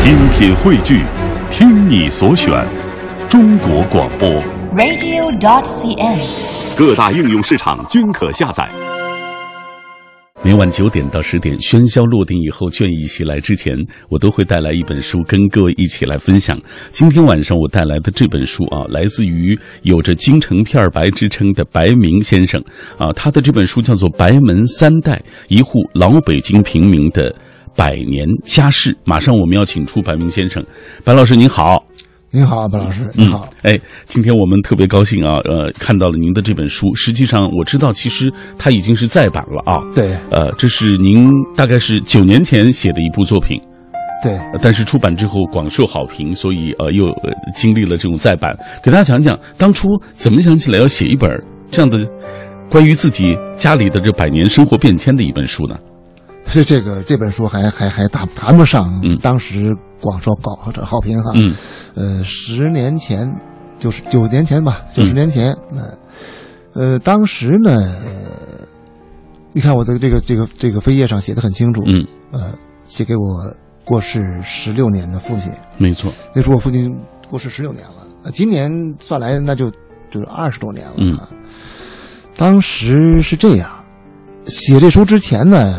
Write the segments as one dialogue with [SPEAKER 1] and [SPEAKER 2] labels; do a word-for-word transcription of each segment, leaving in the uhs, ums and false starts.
[SPEAKER 1] 精品汇聚，听你所选，中国广播
[SPEAKER 2] radio dot c n，
[SPEAKER 1] 各大应用市场均可下载。
[SPEAKER 3] 每晚九点到十点，喧嚣落定以后，倦意袭来之前，我都会带来一本书跟各位一起来分享。今天晚上我带来的这本书啊，来自于有着京城片白之称的白明先生啊，他的这本书叫做《白门三代：一户老北京平民的百年家事》。马上我们要请出白明先生，白老师您好。
[SPEAKER 4] 您好，白老师，您好。
[SPEAKER 3] 嗯、哎，今天我们特别高兴啊，呃，看到了您的这本书。实际上，我知道其实它已经是再版了啊。
[SPEAKER 4] 对。
[SPEAKER 3] 呃，这是您大概是九年前写的一部作品。
[SPEAKER 4] 对。
[SPEAKER 3] 但是出版之后广受好评，所以呃又、呃、经历了这种再版。给大家讲讲当初怎么想起来要写一本这样的关于自己家里的这百年生活变迁的一本书呢？
[SPEAKER 4] 是这个这本书还还还谈谈不上，嗯，当时广受高好评哈，
[SPEAKER 3] 嗯，
[SPEAKER 4] 呃，十年前，就是九年前吧，九十年前，那、嗯，呃，当时呢，呃，你看我的这个这个这个扉页上写的很清楚，
[SPEAKER 3] 嗯，
[SPEAKER 4] 呃，写给我过世十六年的父亲，
[SPEAKER 3] 没错，
[SPEAKER 4] 那时候我父亲过世十六年了，呃，今年算来那就就是二十多年了，
[SPEAKER 3] 嗯，
[SPEAKER 4] 当时是这样，写这书之前呢。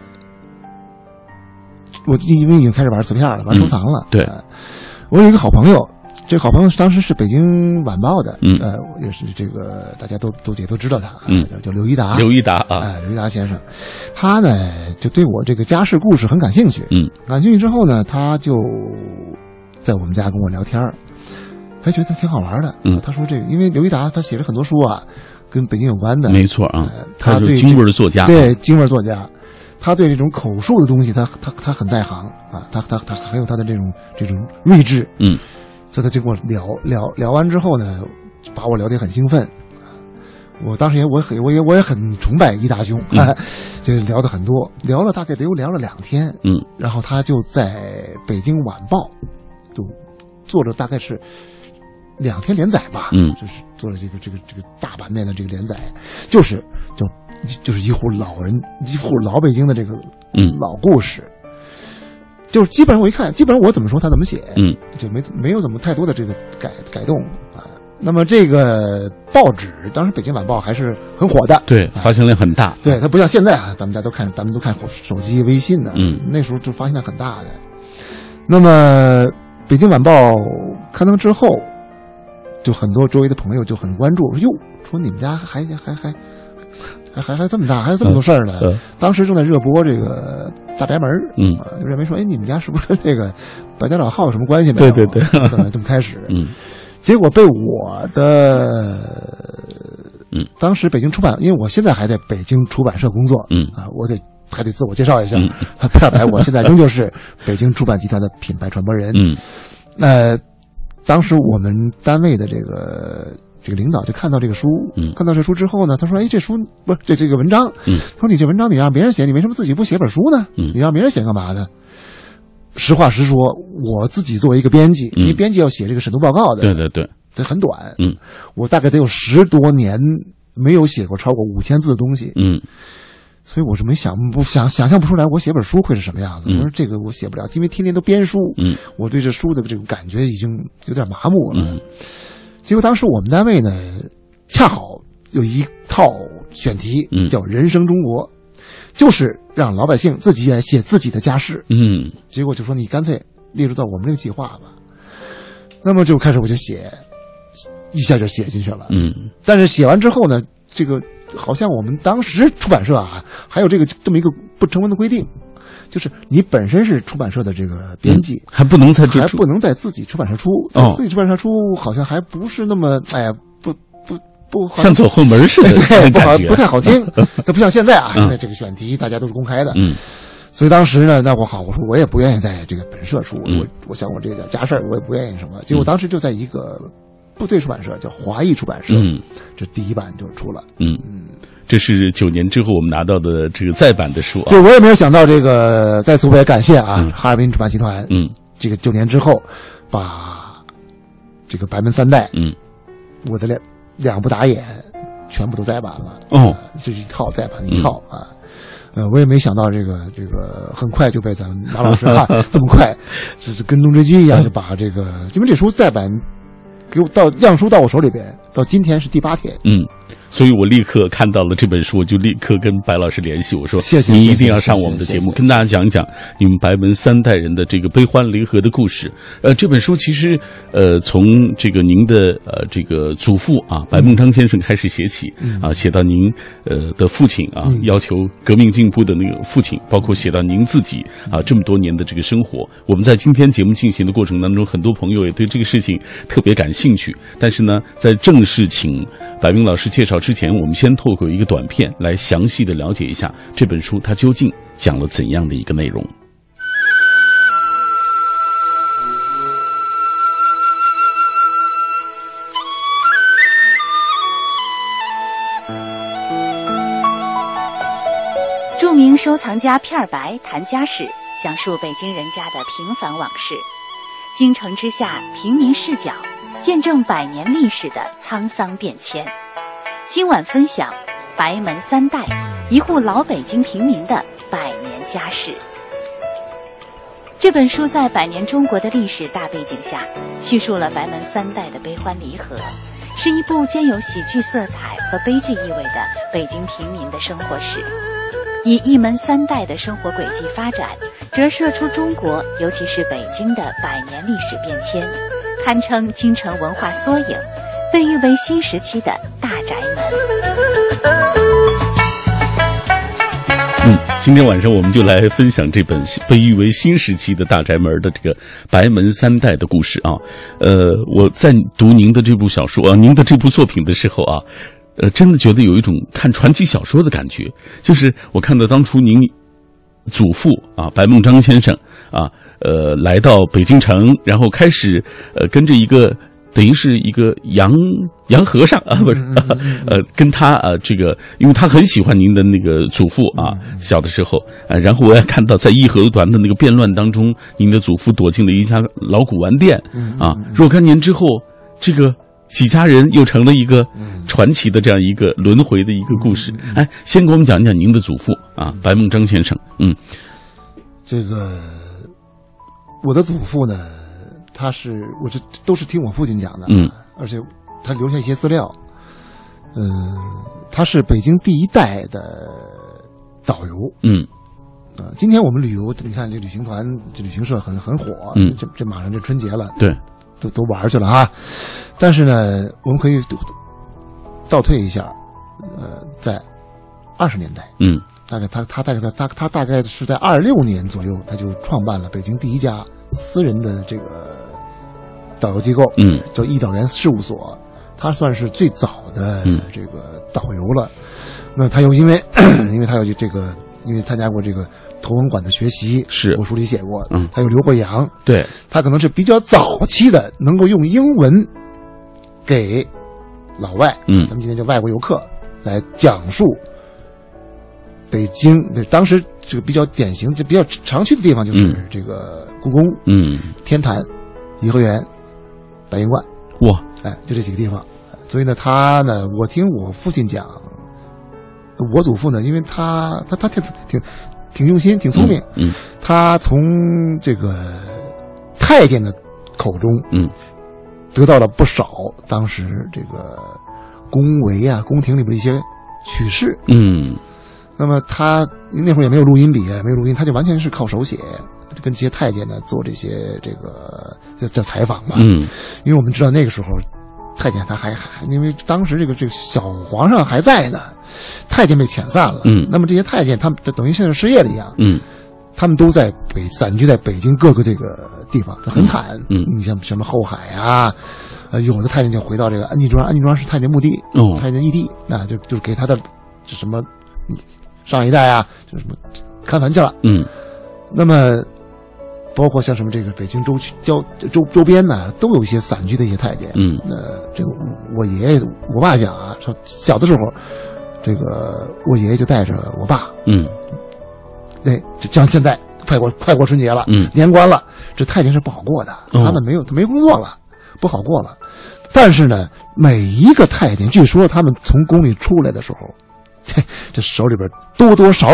[SPEAKER 4] 我因为已经开始玩磁片了，玩收藏了。
[SPEAKER 3] 嗯、对、
[SPEAKER 4] 呃，我有一个好朋友，这个好朋友当时是北京晚报的，
[SPEAKER 3] 嗯，
[SPEAKER 4] 呃，也是这个大家都都也都知道他，
[SPEAKER 3] 嗯，
[SPEAKER 4] 叫叫刘一达，
[SPEAKER 3] 刘一达啊，
[SPEAKER 4] 哎、呃，刘一达先生，他呢就对我这个家世故事很感兴趣，
[SPEAKER 3] 嗯，
[SPEAKER 4] 感兴趣之后呢，他就在我们家跟我聊天，还觉得挺好玩的，
[SPEAKER 3] 嗯，
[SPEAKER 4] 他说这个，因为刘一达他写了很多书啊，跟北京有关的，
[SPEAKER 3] 没错啊，
[SPEAKER 4] 呃、
[SPEAKER 3] 他是京味作家，
[SPEAKER 4] 对京味作家。他对这种口述的东西，他他他很在行啊，他他他很有他的这种这种睿智，
[SPEAKER 3] 嗯，
[SPEAKER 4] 所以他就跟我聊聊聊完之后呢，把我聊得很兴奋，我当时也我很我也我也很崇拜一大兄，
[SPEAKER 3] 嗯、
[SPEAKER 4] 哎，就聊得很多，聊了大概得有聊了两天，
[SPEAKER 3] 嗯，
[SPEAKER 4] 然后他就在北京晚报就做了大概是两天连载吧，
[SPEAKER 3] 嗯，
[SPEAKER 4] 就是做了这个这个这个大版面的这个连载，就是就。就是一户老人，一户老北京的这个老故事，嗯、就是基本上我一看，基本上我怎么说他怎么写，
[SPEAKER 3] 嗯，
[SPEAKER 4] 就没没有怎么太多的这个改改动啊。那么这个报纸，当时《北京晚报》还是很火的，
[SPEAKER 3] 对，发行量很大。
[SPEAKER 4] 啊、对，它不像现在啊，咱们大家都看，咱们都看手机、微信的，
[SPEAKER 3] 嗯，
[SPEAKER 4] 那时候就发行量很大的。那么《北京晚报》刊登之后，就很多周围的朋友就很关注，说哟，说你们家还还还。还还还这么大，还有这么多事儿呢、
[SPEAKER 3] 嗯嗯。
[SPEAKER 4] 当时正在热播这个《大宅门》，
[SPEAKER 3] 嗯，
[SPEAKER 4] 啊，就认为说，哎，你们家是不是跟这个百家老号有什么关系没有？
[SPEAKER 3] 对对对，
[SPEAKER 4] 怎么这么开始？
[SPEAKER 3] 嗯，
[SPEAKER 4] 结果被我的，
[SPEAKER 3] 嗯，
[SPEAKER 4] 当时北京出版，因为我现在还在北京出版社工作，
[SPEAKER 3] 嗯
[SPEAKER 4] 啊，我得还得自我介绍一下，
[SPEAKER 3] 嗯，
[SPEAKER 4] 片白，我现在仍旧是北京出版集团的品牌传播人，
[SPEAKER 3] 嗯，
[SPEAKER 4] 呃，当时我们单位的这个。这个领导就看到这个书，
[SPEAKER 3] 嗯，
[SPEAKER 4] 看到这书之后呢，他说：“哎，这书不是这这个文章，
[SPEAKER 3] 嗯，
[SPEAKER 4] 他说你这文章你让别人写，你为什么自己不写本书呢？
[SPEAKER 3] 嗯，
[SPEAKER 4] 你让别人写干嘛呢？”实话实说，我自己作为一个编辑，
[SPEAKER 3] 嗯、
[SPEAKER 4] 因为编辑要写这个审读报告的，
[SPEAKER 3] 对对对，
[SPEAKER 4] 这很短，
[SPEAKER 3] 嗯，
[SPEAKER 4] 我大概得有十多年没有写过超过五千字的东西，
[SPEAKER 3] 嗯，
[SPEAKER 4] 所以我是没想不想想象不出来我写本书会是什么样子。
[SPEAKER 3] 嗯、
[SPEAKER 4] 我说这个我写不了，因为天天都编书，
[SPEAKER 3] 嗯，
[SPEAKER 4] 我对这书的这种感觉已经有点麻木了。
[SPEAKER 3] 嗯，
[SPEAKER 4] 结果当时我们单位呢。恰好有一套选题叫《人生中国》，嗯，就是让老百姓自己来写自己的家事。
[SPEAKER 3] 嗯，
[SPEAKER 4] 结果就说你干脆列入到我们这个计划吧。那么就开始我就写，一下就写进去了。
[SPEAKER 3] 嗯，
[SPEAKER 4] 但是写完之后呢，这个好像我们当时出版社啊，还有这个这么一个不成文的规定。就是你本身是出版社的这个编辑，
[SPEAKER 3] 嗯、还不能在
[SPEAKER 4] 还不能在自己出版社出，在自己出版社出好像还不是那么哎呀不不不
[SPEAKER 3] 像走后门似的，
[SPEAKER 4] 对，不好不太好听。它不像现在啊，现在这个选题大家都是公开的，
[SPEAKER 3] 嗯，
[SPEAKER 4] 所以当时呢，那我好，我说我也不愿意在这个本社出，
[SPEAKER 3] 嗯、
[SPEAKER 4] 我我想我这点家事儿我也不愿意什么，结果当时就在一个部队出版社叫华裔出版社，
[SPEAKER 3] 嗯，
[SPEAKER 4] 这第一版就出了，
[SPEAKER 3] 嗯嗯。这是九年之后我们拿到的这个再版的书啊！
[SPEAKER 4] 对，我也没有想到这个，再次我也感谢啊，
[SPEAKER 3] 嗯、
[SPEAKER 4] 哈尔滨出版集团，
[SPEAKER 3] 嗯，
[SPEAKER 4] 这个九年之后，把这个白门三代，
[SPEAKER 3] 嗯，
[SPEAKER 4] 我的两两部打眼全部都再版了，
[SPEAKER 3] 哦、
[SPEAKER 4] 呃，这是一套再版的一套、嗯、啊。 呃，我也没想到这个这个很快就被咱们马老师啊这么快，这是跟踪追击一样就把这个，因为这书再版给我到样书到我手里边，到今天是第八天。
[SPEAKER 3] 嗯。所以我立刻看到了这本书，我就立刻跟白老师联系，我说
[SPEAKER 4] 谢谢
[SPEAKER 3] 您一定要上我们的节目，跟大家讲讲你们白门三代人的这个悲欢离合的故事。呃，这本书其实呃从这个您的呃这个祖父啊白孟章先生开始写起、嗯、啊，写到您呃的父亲啊、嗯、要求革命进步的那个父亲，包括写到您自己啊这么多年的这个生活。我们在今天节目进行的过程当中，很多朋友也对这个事情特别感兴趣，但是呢，在正式请白明老师介绍之前，我们先透过一个短片来详细的了解一下这本书它究竟讲了怎样的一个内容。
[SPEAKER 2] 著名收藏家片白谈家史，讲述北京人家的平凡往事。京城之下，平民视角，见证百年历史的沧桑变迁。今晚分享白门三代，一户老北京平民的百年家史。这本书在百年中国的历史大背景下，叙述了白门三代的悲欢离合，是一部兼有喜剧色彩和悲剧意味的北京平民的生活史。以一门三代的生活轨迹发展，折射出中国，尤其是北京的百年历史变迁，堪称京城文化缩影，被誉为新时期的大宅门。
[SPEAKER 3] 嗯，今天晚上我们就来分享这本被誉为新时期的大宅门的这个白门三代的故事啊。呃，我在读您的这部小说啊，您的这部作品的时候啊，呃，真的觉得有一种看传奇小说的感觉。就是我看到当初您祖父啊白孟章先生啊，呃，来到北京城，然后开始呃跟着一个。等于是一个洋洋和尚啊，不是，呃，跟他啊，这个，因为他很喜欢您的那个祖父啊，小的时候啊，然后我也看到在义和团的那个变乱当中，您的祖父躲进了一家老古玩店啊，若干年之后，这个几家人又成了一个传奇的这样一个轮回的一个故事。哎，先给我们讲讲您的祖父啊，白孟章先生。嗯，
[SPEAKER 4] 这个我的祖父呢。他是，我这都是听我父亲讲的，
[SPEAKER 3] 嗯，
[SPEAKER 4] 而且他留下一些资料，嗯、呃，他是北京第一代的导游，
[SPEAKER 3] 嗯，
[SPEAKER 4] 啊、呃，今天我们旅游，你看这旅行团、这旅行社很很火，
[SPEAKER 3] 嗯，
[SPEAKER 4] 这这马上这春节了，
[SPEAKER 3] 对，
[SPEAKER 4] 都都玩去了哈，但是呢，我们可以倒退一下，呃，在二十年代，
[SPEAKER 3] 嗯，
[SPEAKER 4] 大概他他大概他他他大概是在二六年左右，他就创办了北京第一家私人的这个。导游机构，
[SPEAKER 3] 嗯，
[SPEAKER 4] 叫易导员事务所，他算是最早的这个导游了。嗯、那他又因为，因为他有这个，因为参加过这个头文馆的学习，
[SPEAKER 3] 是
[SPEAKER 4] 我书里写过，
[SPEAKER 3] 嗯，
[SPEAKER 4] 他又留过洋，
[SPEAKER 3] 对，
[SPEAKER 4] 他可能是比较早期的，能够用英文给老外，
[SPEAKER 3] 嗯，
[SPEAKER 4] 咱们今天叫外国游客来讲述北京。当时这个比较典型、就比较常去的地方就是这个故宫，
[SPEAKER 3] 嗯，
[SPEAKER 4] 天坛、颐和园。白云观，
[SPEAKER 3] 哇，
[SPEAKER 4] 哎，就这几个地方。所以呢，他呢，我听我父亲讲，我祖父呢，因为他他他挺挺挺用心，挺聪明，
[SPEAKER 3] 嗯，嗯
[SPEAKER 4] 他从这个太监的口中，
[SPEAKER 3] 嗯，
[SPEAKER 4] 得到了不少当时这个宫闱啊、宫廷里边的一些趣事，
[SPEAKER 3] 嗯，
[SPEAKER 4] 那么他那会儿也没有录音笔，没有录音，他就完全是靠手写。跟这些太监呢做这些这个叫叫采访吧，
[SPEAKER 3] 嗯，
[SPEAKER 4] 因为我们知道那个时候太监他还还因为当时这个这个小皇上还在呢，太监被遣散了，
[SPEAKER 3] 嗯，
[SPEAKER 4] 那么这些太监他们等于现在失业了一样，
[SPEAKER 3] 嗯，
[SPEAKER 4] 他们都在北散居在北京各个这个地方，很惨，
[SPEAKER 3] 嗯，
[SPEAKER 4] 你像什么后海啊，呃，有的太监就回到这个安济庄，安济庄是太监墓地，
[SPEAKER 3] 哦，
[SPEAKER 4] 太监义地，那就就是给他的什么上一代啊，就是什么看坟去了，
[SPEAKER 3] 嗯，
[SPEAKER 4] 那么。包括像什么这个北京周区郊周周边呢，都有一些散居的一些太监。
[SPEAKER 3] 嗯，
[SPEAKER 4] 呃，这个我爷爷我爸讲啊，说小的时候，这个我爷爷就带着我爸，
[SPEAKER 3] 嗯，
[SPEAKER 4] 对，就像现在快过快过春节了，
[SPEAKER 3] 嗯，
[SPEAKER 4] 年关了，这太监是不好过的，
[SPEAKER 3] 哦、
[SPEAKER 4] 他们没有没工作了，不好过了。但是呢，每一个太监，据说他们从宫里出来的时候，这这手里边多多少少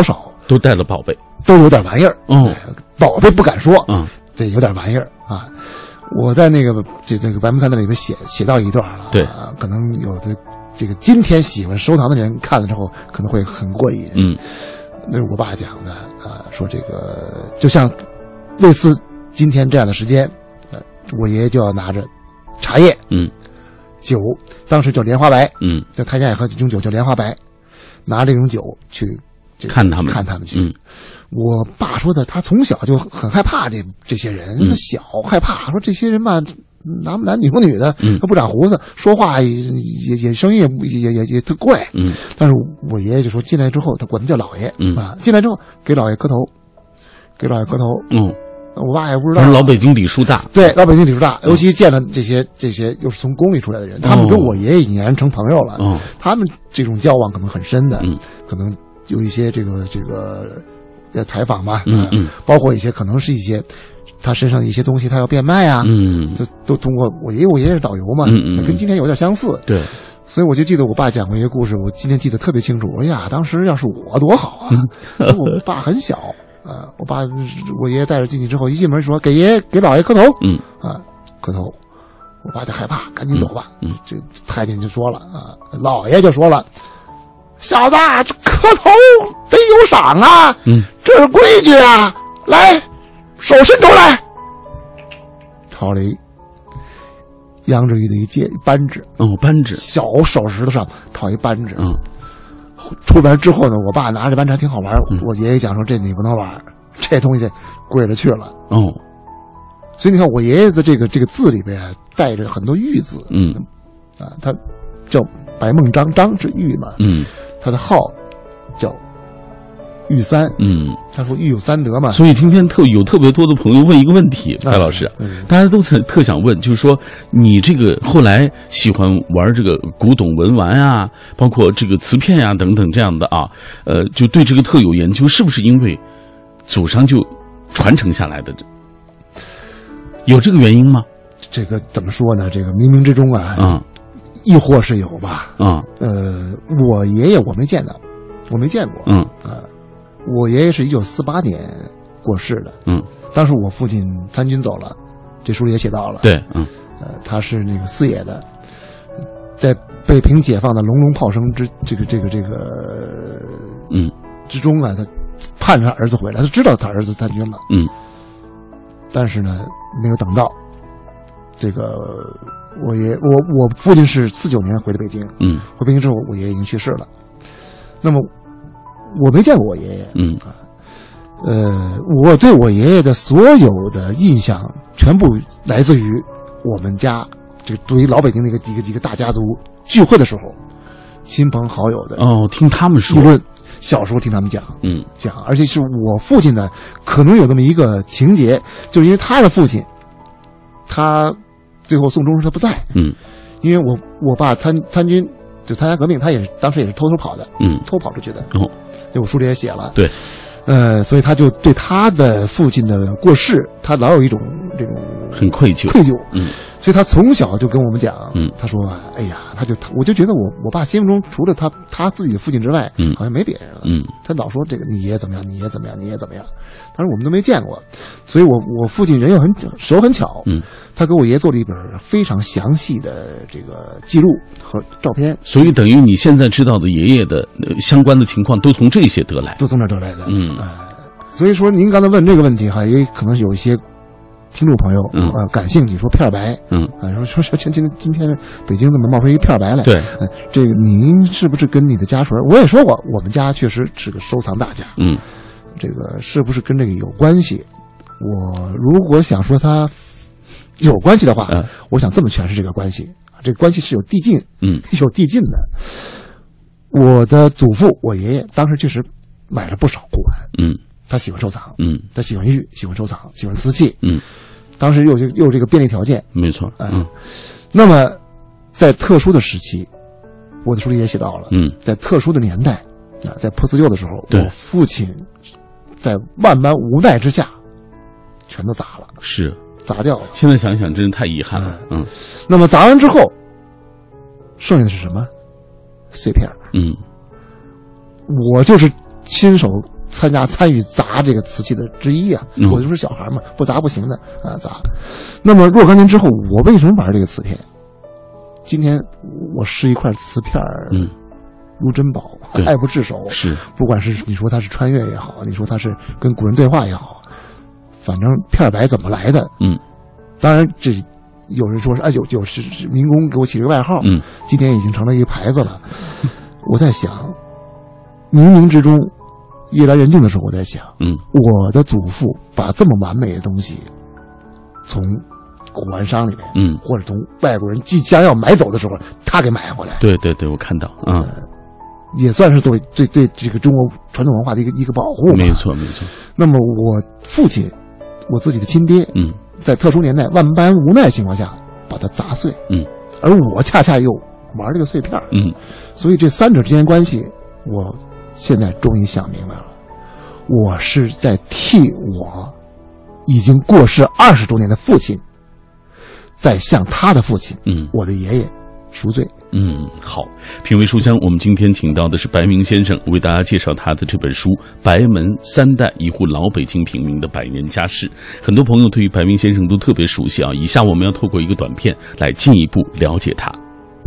[SPEAKER 3] 都带了宝贝，
[SPEAKER 4] 都有点玩意儿。
[SPEAKER 3] 哦，
[SPEAKER 4] 宝贝不敢说，
[SPEAKER 3] 嗯，
[SPEAKER 4] 对，有点玩意儿啊。我在那个这这个白木餐的里面写写到一段了，
[SPEAKER 3] 对，
[SPEAKER 4] 啊，可能有的这个今天喜欢收藏的人看了之后可能会很过瘾。
[SPEAKER 3] 嗯，
[SPEAKER 4] 那是我爸讲的啊，说这个就像类似今天这样的时间，呃，我爷爷就要拿着茶叶，
[SPEAKER 3] 嗯，
[SPEAKER 4] 酒，当时叫莲花白，
[SPEAKER 3] 嗯，
[SPEAKER 4] 在他家也喝这种酒叫莲花白，拿这种酒去
[SPEAKER 3] 看他们，
[SPEAKER 4] 看他们去。
[SPEAKER 3] 嗯，
[SPEAKER 4] 我爸说的，他从小就很害怕这这些人，
[SPEAKER 3] 嗯、
[SPEAKER 4] 他小害怕，说这些人吧，男不男女不女的，
[SPEAKER 3] 嗯、
[SPEAKER 4] 他不长胡子，说话也也也声音也也也也特怪。
[SPEAKER 3] 嗯，
[SPEAKER 4] 但是我爷爷就说进来之后，他管他叫老爷，
[SPEAKER 3] 嗯
[SPEAKER 4] 啊，进来之后给老爷磕头，给老爷磕头。
[SPEAKER 3] 嗯。
[SPEAKER 4] 我爸也不知道，
[SPEAKER 3] 老北京礼数大，
[SPEAKER 4] 对，老北京礼数大，尤其见了这些这些又是从宫里出来的人，他们跟我爷爷已经然成朋友了，
[SPEAKER 3] 哦，
[SPEAKER 4] 他们这种交往可能很深的，
[SPEAKER 3] 嗯，
[SPEAKER 4] 可能有一些这个这个呃采访嘛，
[SPEAKER 3] 嗯嗯，
[SPEAKER 4] 包括一些可能是一些他身上的一些东西他要变卖啊，
[SPEAKER 3] 嗯，
[SPEAKER 4] 都都通过我爷爷，我爷爷是导游嘛，
[SPEAKER 3] 嗯嗯，
[SPEAKER 4] 跟今天有点相似，
[SPEAKER 3] 对，
[SPEAKER 4] 所以我就记得我爸讲过一个故事，我今天记得特别清楚。哎呀，当时要是我多好啊！我爸很小。啊，我爸我爷爷带着进去之后，一进门说给爷爷给老爷磕头，
[SPEAKER 3] 嗯
[SPEAKER 4] 啊，磕头，我爸就害怕，赶紧走吧。
[SPEAKER 3] 嗯，嗯
[SPEAKER 4] 这太监就说了啊，老爷就说了，小子，这磕头得有赏啊，
[SPEAKER 3] 嗯，
[SPEAKER 4] 这是规矩啊，来，手伸出来，掏了一杨志宇的一戒扳指，
[SPEAKER 3] 哦，扳指，
[SPEAKER 4] 小手石头上套一扳指，
[SPEAKER 3] 嗯。
[SPEAKER 4] 出门之后呢，我爸拿着扳指还挺好玩、嗯。我爷爷讲说这你不能玩，这东西贵了去了。
[SPEAKER 3] 哦，
[SPEAKER 4] 所以你看我爷爷的这个这个字里边带着很多玉字。
[SPEAKER 3] 嗯，
[SPEAKER 4] 啊，他叫白梦章，章是玉嘛。
[SPEAKER 3] 嗯，
[SPEAKER 4] 他的号叫玉三。
[SPEAKER 3] 嗯，
[SPEAKER 4] 他说玉有三德嘛。
[SPEAKER 3] 所以今天特有特别多的朋友问一个问题，白老师，
[SPEAKER 4] 嗯、
[SPEAKER 3] 大家都特特想问，就是说你这个后来喜欢玩这个古董文玩啊，包括这个瓷片啊等等这样的啊，呃，就对这个特有研究，是不是因为祖上就传承下来的？有这个原因吗？
[SPEAKER 4] 这个怎么说呢？这个冥冥之中啊，
[SPEAKER 3] 嗯，
[SPEAKER 4] 亦或是有吧。
[SPEAKER 3] 嗯，
[SPEAKER 4] 呃，我爷爷我没见到，我没见过。
[SPEAKER 3] 嗯
[SPEAKER 4] 啊。我爷爷是一九四八年过世的，
[SPEAKER 3] 嗯，
[SPEAKER 4] 当时我父亲参军走了，这书里也写到了，
[SPEAKER 3] 对，嗯，
[SPEAKER 4] 呃，他是那个四野的，在北平解放的隆隆炮声之这个这个这个，
[SPEAKER 3] 嗯，
[SPEAKER 4] 之中啊，他盼着他儿子回来，他知道他儿子参军了，
[SPEAKER 3] 嗯，
[SPEAKER 4] 但是呢，没有等到，这个我爷我我父亲是四九年回的北京，
[SPEAKER 3] 嗯，
[SPEAKER 4] 回北京之后，我爷爷已经去世了，那么。我没见过我爷爷，
[SPEAKER 3] 嗯，
[SPEAKER 4] 呃，我对我爷爷的所有的印象，全部来自于我们家这个作为老北京的一个一个一个大家族聚会的时候，亲朋好友的
[SPEAKER 3] 哦，听他们说
[SPEAKER 4] 议论，小时候听他们讲，
[SPEAKER 3] 嗯，
[SPEAKER 4] 讲，而且是我父亲呢，可能有这么一个情节，就是因为他的父亲，他最后送终时他不在，
[SPEAKER 3] 嗯，
[SPEAKER 4] 因为我我爸参参军就参加革命，他也是当时也是偷偷跑的，
[SPEAKER 3] 嗯，
[SPEAKER 4] 偷跑出去的，
[SPEAKER 3] 哦。
[SPEAKER 4] 这我书里也写了，
[SPEAKER 3] 对，
[SPEAKER 4] 呃，所以他就对他的父亲的过世，他老有一种这种
[SPEAKER 3] 很愧疚，
[SPEAKER 4] 愧疚，
[SPEAKER 3] 嗯，
[SPEAKER 4] 所以他从小就跟我们讲，
[SPEAKER 3] 嗯，
[SPEAKER 4] 他说，哎呀，他就他，我就觉得我我爸心目中除了他他自己的父亲之外，
[SPEAKER 3] 嗯，
[SPEAKER 4] 好像没别人了，
[SPEAKER 3] 嗯，
[SPEAKER 4] 他老说这个你爷爷怎么样，你爷爷怎么样，你爷爷怎么样，当时我们都没见过，所以我我父亲人又很手很巧，
[SPEAKER 3] 嗯，
[SPEAKER 4] 他给我爷爷做了一本非常详细的这个记录和照片，
[SPEAKER 3] 所以等于你现在知道的爷爷的、呃、相关的情况都从这些得来，
[SPEAKER 4] 都从这儿得来的，
[SPEAKER 3] 嗯，
[SPEAKER 4] 呃，所以说您刚才问这个问题哈，也可能有一些听众朋友，
[SPEAKER 3] 嗯，
[SPEAKER 4] 呃，感兴趣，说片白，
[SPEAKER 3] 嗯，
[SPEAKER 4] 啊，说说说今今今天北京怎么冒出一片白来？
[SPEAKER 3] 对，
[SPEAKER 4] 呃，这个您是不是跟你的家属？我也说过，我们家确实是个收藏大家，
[SPEAKER 3] 嗯，
[SPEAKER 4] 这个是不是跟这个有关系？我如果想说它有关系的话，
[SPEAKER 3] 嗯，
[SPEAKER 4] 我想这么诠释这个关系，这个关系是有递进，
[SPEAKER 3] 嗯，
[SPEAKER 4] 有递进的。我的祖父，我爷爷当时确实买了不少古玩，
[SPEAKER 3] 嗯。
[SPEAKER 4] 他喜欢收藏，
[SPEAKER 3] 嗯，
[SPEAKER 4] 他喜欢玉，喜欢收藏，喜欢瓷器，
[SPEAKER 3] 嗯，
[SPEAKER 4] 当时又有又有这个便利条件，
[SPEAKER 3] 没错，嗯，
[SPEAKER 4] 那么在特殊的时期，我的书里也写到了，
[SPEAKER 3] 嗯，
[SPEAKER 4] 在特殊的年代啊，在破四旧的时候，我父亲在万般无奈之下，全都砸了，
[SPEAKER 3] 是
[SPEAKER 4] 砸掉了。
[SPEAKER 3] 现在想想，真是太遗憾了，嗯。嗯
[SPEAKER 4] 那么砸完之后，剩下的是什么？碎片。
[SPEAKER 3] 嗯，
[SPEAKER 4] 我就是亲手参加参与砸这个瓷器的之一啊，
[SPEAKER 3] 嗯、
[SPEAKER 4] 我就是小孩嘛，不砸不行的啊，砸。那么若干年之后，我为什么玩这个瓷片？今天我是一块瓷片儿，
[SPEAKER 3] 嗯，
[SPEAKER 4] 如珍宝，爱不释手。
[SPEAKER 3] 是，
[SPEAKER 4] 不管是你说它是穿越也好，你说它是跟古人对话也好，反正片白怎么来的？
[SPEAKER 3] 嗯，
[SPEAKER 4] 当然这有人说是啊，有有是是民工给我起了个外号，
[SPEAKER 3] 嗯，
[SPEAKER 4] 今天已经成了一个牌子了。我在想，冥冥之中，夜来人静的时候，我在想，
[SPEAKER 3] 嗯，
[SPEAKER 4] 我的祖父把这么完美的东西从古玩商里面，
[SPEAKER 3] 嗯，
[SPEAKER 4] 或者从外国人即将要买走的时候，他给买回来。
[SPEAKER 3] 对对对，我看到啊、
[SPEAKER 4] 呃，也算是作为对对这个中国传统文化的一个一个保护吧。
[SPEAKER 3] 没错没错。
[SPEAKER 4] 那么我父亲，我自己的亲爹，
[SPEAKER 3] 嗯，
[SPEAKER 4] 在特殊年代万般无奈情况下把它砸碎，
[SPEAKER 3] 嗯，
[SPEAKER 4] 而我恰恰又玩这个碎片，
[SPEAKER 3] 嗯，
[SPEAKER 4] 所以这三者之间关系，我现在终于想明白了，我是在替我已经过世二十多年的父亲，在向他的父亲，
[SPEAKER 3] 嗯，
[SPEAKER 4] 我的爷爷赎罪。
[SPEAKER 3] 嗯，好，品味书香，我们今天请到的是白明先生，为大家介绍他的这本书《白门三代一户老北京平民的百年家世》。很多朋友对于白明先生都特别熟悉啊。以下我们要透过一个短片来进一步了解他。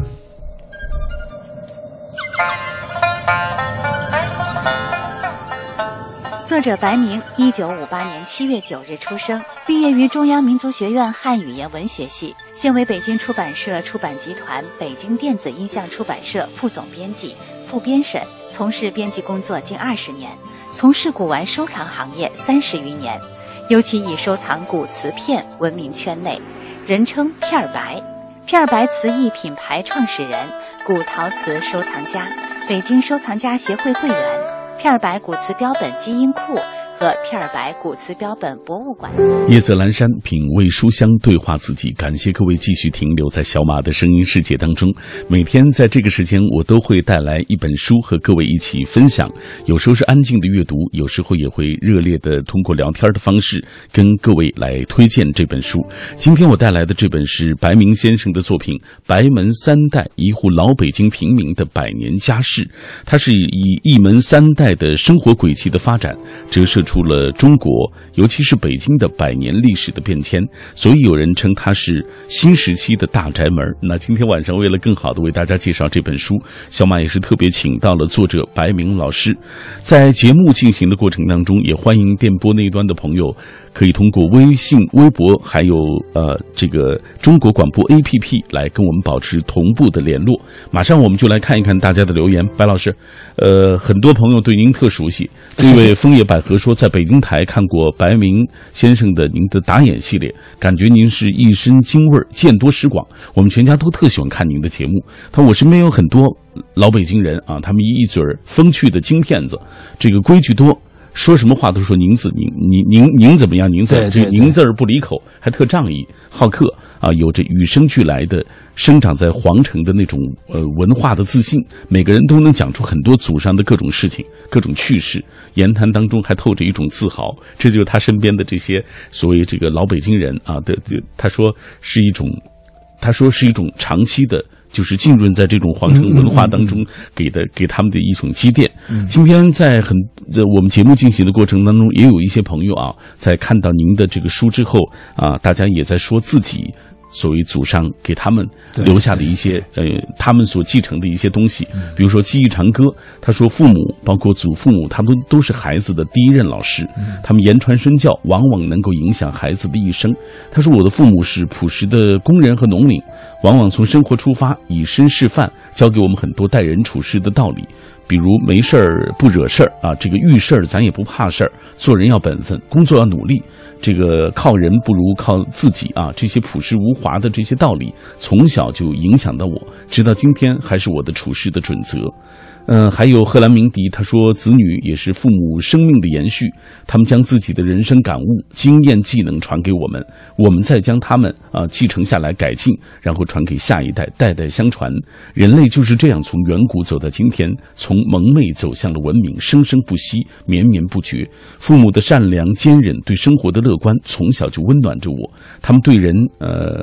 [SPEAKER 2] 作者白明，一九五八年七月九日出生，毕业于中央民族学院汉语言文学系，现为北京出版社出版集团北京电子音像出版社副总编辑、副编审，从事编辑工作近二十年，从事古玩收藏行业三十余年，尤其以收藏古瓷片闻名圈内，人称片儿白。片儿白瓷艺品牌创始人，古陶瓷收藏家，北京收藏家协会会员，片儿白古瓷标本基因库和片儿白古瓷标本博物馆。
[SPEAKER 3] 夜色阑珊，品味书香，对话自己。感谢各位继续停留在小马的声音世界当中。每天在这个时间，我都会带来一本书和各位一起分享。有时候是安静的阅读，有时候也会热烈的通过聊天的方式跟各位来推荐这本书。今天我带来的这本是白明先生的作品《白门三代一户老北京平民的百年家世》。它是以一门三代的生活轨迹的发展，折射出了中国，尤其是北京的百年历史的变迁，所以有人称它是新时期的大宅门。那今天晚上为了更好的为大家介绍这本书，小马也是特别请到了作者白明老师。在节目进行的过程当中，也欢迎电波那一端的朋友可以通过微信、微博还有呃这个中国广播 A P P 来跟我们保持同步的联络。马上我们就来看一看大家的留言。白老师，呃，很多朋友对您特熟悉。这位枫叶百合说，在北京台看过白明先生的您的打眼系列，感觉您是一身京味儿，见多识广。我们全家都特喜欢看您的节目。他我身边有很多老北京人啊，他们一嘴风趣的京片子，这个规矩多。说什么话都说您字您您您您怎么样？您字这个您字儿不离口，还特仗义好客啊，有着与生俱来的生长在皇城的那种呃文化的自信。每个人都能讲出很多祖上的各种事情、各种趣事，言谈当中还透着一种自豪。这就是他身边的这些所谓这个老北京人啊的，他说是一种，他说是一种长期的。就是浸润在这种皇城文化当中给的给他们的一种积淀。今天在很在我们节目进行的过程当中，也有一些朋友啊，在看到您的这个书之后啊，大家也在说自己所谓祖上给他们留下的一些呃，他们所继承的一些东西，比如说记忆长歌，他说父母包括祖父母，他们都是孩子的第一任老师，他们言传身教，往往能够影响孩子的一生。他说我的父母是朴实的工人和农民，往往从生活出发，以身示范，教给我们很多待人处事的道理。比如没事儿不惹事儿啊，这个遇事儿咱也不怕事儿，做人要本分，工作要努力，这个靠人不如靠自己啊，这些朴实无华的这些道理，从小就影响到我，直到今天还是我的处事的准则。嗯，还有贺兰鸣笛，他说子女也是父母生命的延续，他们将自己的人生感悟、经验、技能传给我们，我们再将他们啊继承下来改进，然后传给下一代，代代相传。人类就是这样从远古走到今天，从蒙昧走向了文明，生生不息，绵绵不绝。父母的善良、坚韧，对生活的乐观，从小就温暖着我。他们对人呃。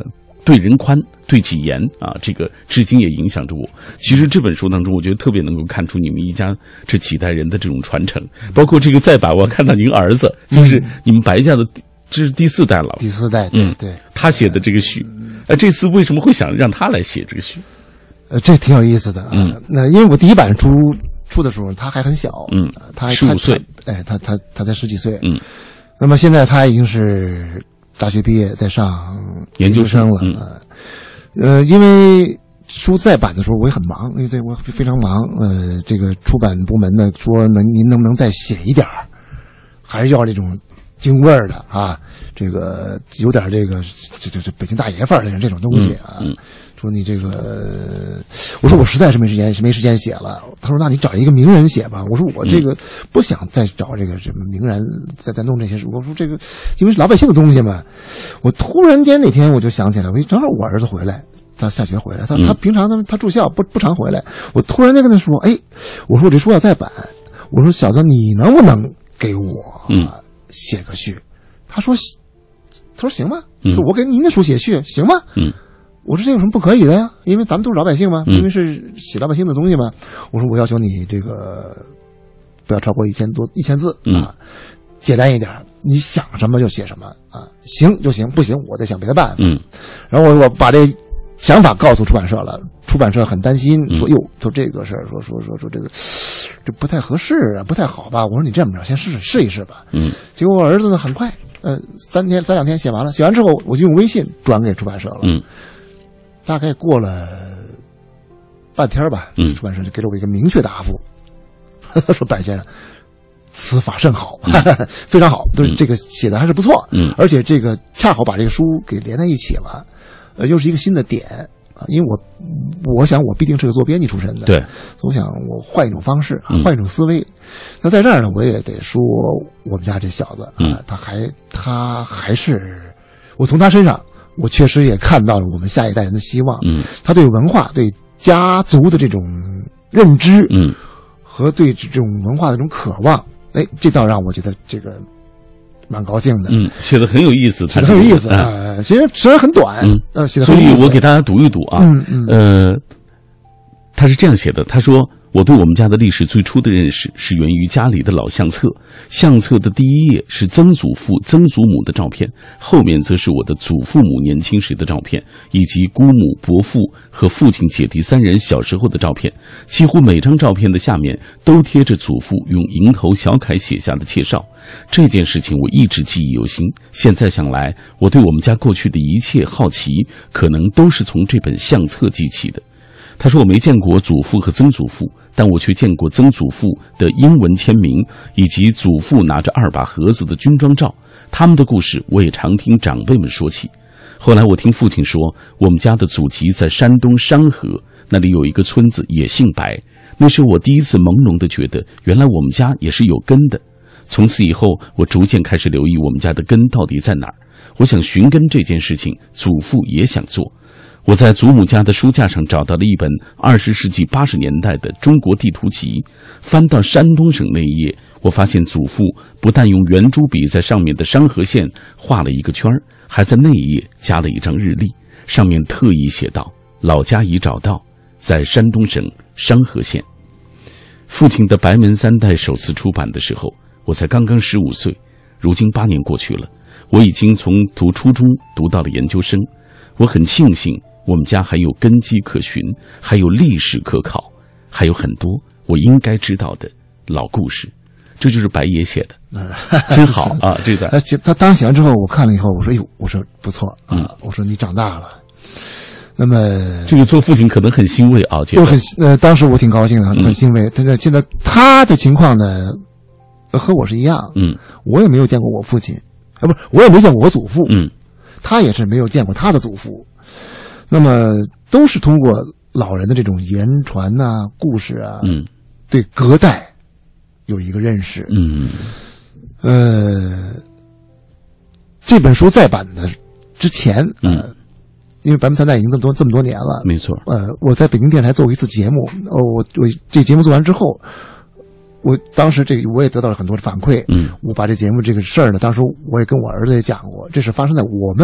[SPEAKER 3] 对人宽，对己严啊，这个至今也影响着我。其实这本书当中，我觉得特别能够看出你们一家这几代人的这种传承，包括这个再版，我看到您儿子，就是你们白家的，这是第四代了。
[SPEAKER 4] 第四代，对、嗯、对，
[SPEAKER 3] 他写的这个序，呃，这次为什么会想让他来写这个序？
[SPEAKER 4] 呃，这挺有意思的啊。
[SPEAKER 3] 嗯，
[SPEAKER 4] 那因为我第一版出出的时候，他还很小，
[SPEAKER 3] 嗯，
[SPEAKER 4] 他还
[SPEAKER 3] 十五岁，
[SPEAKER 4] 哎，他他他才十几岁，
[SPEAKER 3] 嗯，
[SPEAKER 4] 那么现在他已经是大学毕业，在上
[SPEAKER 3] 研究
[SPEAKER 4] 生了，
[SPEAKER 3] 嗯、
[SPEAKER 4] 呃，因为书再版的时候我也很忙，因为这我非常忙，呃，这个出版部门呢说能您能不能再写一点儿，还是要这种京味儿的啊，这个有点这个这这这北京大爷范儿的这种东西啊。
[SPEAKER 3] 嗯嗯
[SPEAKER 4] 说你这个，我说我实在是没时间，没时间写了。他说那你找一个名人写吧。我说我这个不想再找这个什么名人再再弄这些事。我说这个因为是老百姓的东西嘛。我突然间那天我就想起来，我正好我儿子回来，他下学回来，他他平常他他住校不不常回来。我突然间跟他说，哎，我说我这书要再版，我说小子你能不能给我、
[SPEAKER 3] 嗯、
[SPEAKER 4] 写个序？他说他说行吗？说我给您的书写序行吗？
[SPEAKER 3] 嗯。
[SPEAKER 4] 我说这有什么不可以的呀？因为咱们都是老百姓嘛，因为是写老百姓的东西嘛。我说我要求你这个不要超过一千多一千字啊，简单一点，你想什么就写什么啊，行就行，不行我再想别的办法。
[SPEAKER 3] 嗯，
[SPEAKER 4] 然后我我把这想法告诉出版社了，出版社很担心，说哟，说这个事儿，说说说说这个这不太合适啊，不太好吧？我说你这么着，先试试试一试吧。
[SPEAKER 3] 嗯，
[SPEAKER 4] 结果我儿子呢，很快，呃，三天三两天写完了，写完之后我就用微信转给出版社了。
[SPEAKER 3] 嗯。
[SPEAKER 4] 大概过了半天吧，
[SPEAKER 3] 嗯，
[SPEAKER 4] 出版社就给了我一个明确答复，他说：“白先生，此法甚好，
[SPEAKER 3] 嗯、
[SPEAKER 4] 非常好，就是这个写的还是不错，
[SPEAKER 3] 嗯，
[SPEAKER 4] 而且这个恰好把这个书给连在一起了，呃，又是一个新的点啊，因为我我想我必定是个做编辑出身的，
[SPEAKER 3] 对，
[SPEAKER 4] 我想我换一种方式，换一种思维。嗯、那在这儿呢，我也得说我们家这小子啊，
[SPEAKER 3] 嗯、
[SPEAKER 4] 他还他还是我从他身上。”我确实也看到了我们下一代人的希望，
[SPEAKER 3] 嗯，
[SPEAKER 4] 他对文化、对家族的这种认知，
[SPEAKER 3] 嗯，
[SPEAKER 4] 和对这种文化的这种渴望，哎，这倒让我觉得这个蛮高兴的。
[SPEAKER 3] 嗯，写的很有意思，
[SPEAKER 4] 写的很有意思啊、呃。其实虽然很短，
[SPEAKER 3] 嗯，
[SPEAKER 4] 呃，写的很有意思。
[SPEAKER 3] 所以我给大家读一读啊，
[SPEAKER 4] 嗯嗯，
[SPEAKER 3] 呃，他是这样写的，他说。我对我们家的历史最初的认识是源于家里的老相册，相册的第一页是曾祖父、曾祖母的照片，后面则是我的祖父母年轻时的照片，以及姑母、伯父和父亲、姐弟三人小时候的照片。几乎每张照片的下面都贴着祖父用蝇头小楷写下的介绍。这件事情我一直记忆犹新。现在想来，我对我们家过去的一切好奇，可能都是从这本相册记起的。他说我没见过祖父和曾祖父，但我却见过曾祖父的英文签名，以及祖父拿着二把盒子的军装照。他们的故事我也常听长辈们说起。后来我听父亲说，我们家的祖籍在山东商河，那里有一个村子也姓白。那是我第一次朦胧地觉得，原来我们家也是有根的。从此以后，我逐渐开始留意我们家的根到底在哪儿。我想寻根这件事情，祖父也想做。我在祖母家的书架上找到了一本二十世纪八十年代的中国地图集，翻到山东省那一页，我发现祖父不但用圆珠笔在上面的商河县画了一个圈，还在那一页加了一张日历，上面特意写道：老家已找到，在山东省商河县。父亲的白门三代首次出版的时候，我才刚刚十五岁，如今八年过去了，我已经从读初中读到了研究生。我很庆幸我们家还有根基可循，还有历史可考，还有很多我应该知道的老故事。这就是白爷写的，真好啊！这段
[SPEAKER 4] 他他当时写完之后，我看了以后，我说：“哟，我说不错啊，嗯、我说你长大了。”那么
[SPEAKER 3] 这个做父亲可能很欣慰啊，
[SPEAKER 4] 就很呃，当时我挺高兴的，很欣慰。现在现在他的情况呢，和我是一样，
[SPEAKER 3] 嗯，
[SPEAKER 4] 我也没有见过我父亲，啊，不是，我也没见过我祖父，
[SPEAKER 3] 嗯。
[SPEAKER 4] 他也是没有见过他的祖父，那么都是通过老人的这种言传呐、啊、故事啊，
[SPEAKER 3] 嗯，
[SPEAKER 4] 对隔代有一个认识，
[SPEAKER 3] 嗯，
[SPEAKER 4] 呃，这本书再版的之前，
[SPEAKER 3] 嗯、
[SPEAKER 4] 呃，因为白门三代已经这么多这么多年了，
[SPEAKER 3] 没错，
[SPEAKER 4] 呃，我在北京电视台做过一次节目，哦，我我这节目做完之后。我当时这个我也得到了很多的反馈，
[SPEAKER 3] 嗯，
[SPEAKER 4] 我把这节目这个事儿呢，当时我也跟我儿子也讲过，这是发生在我们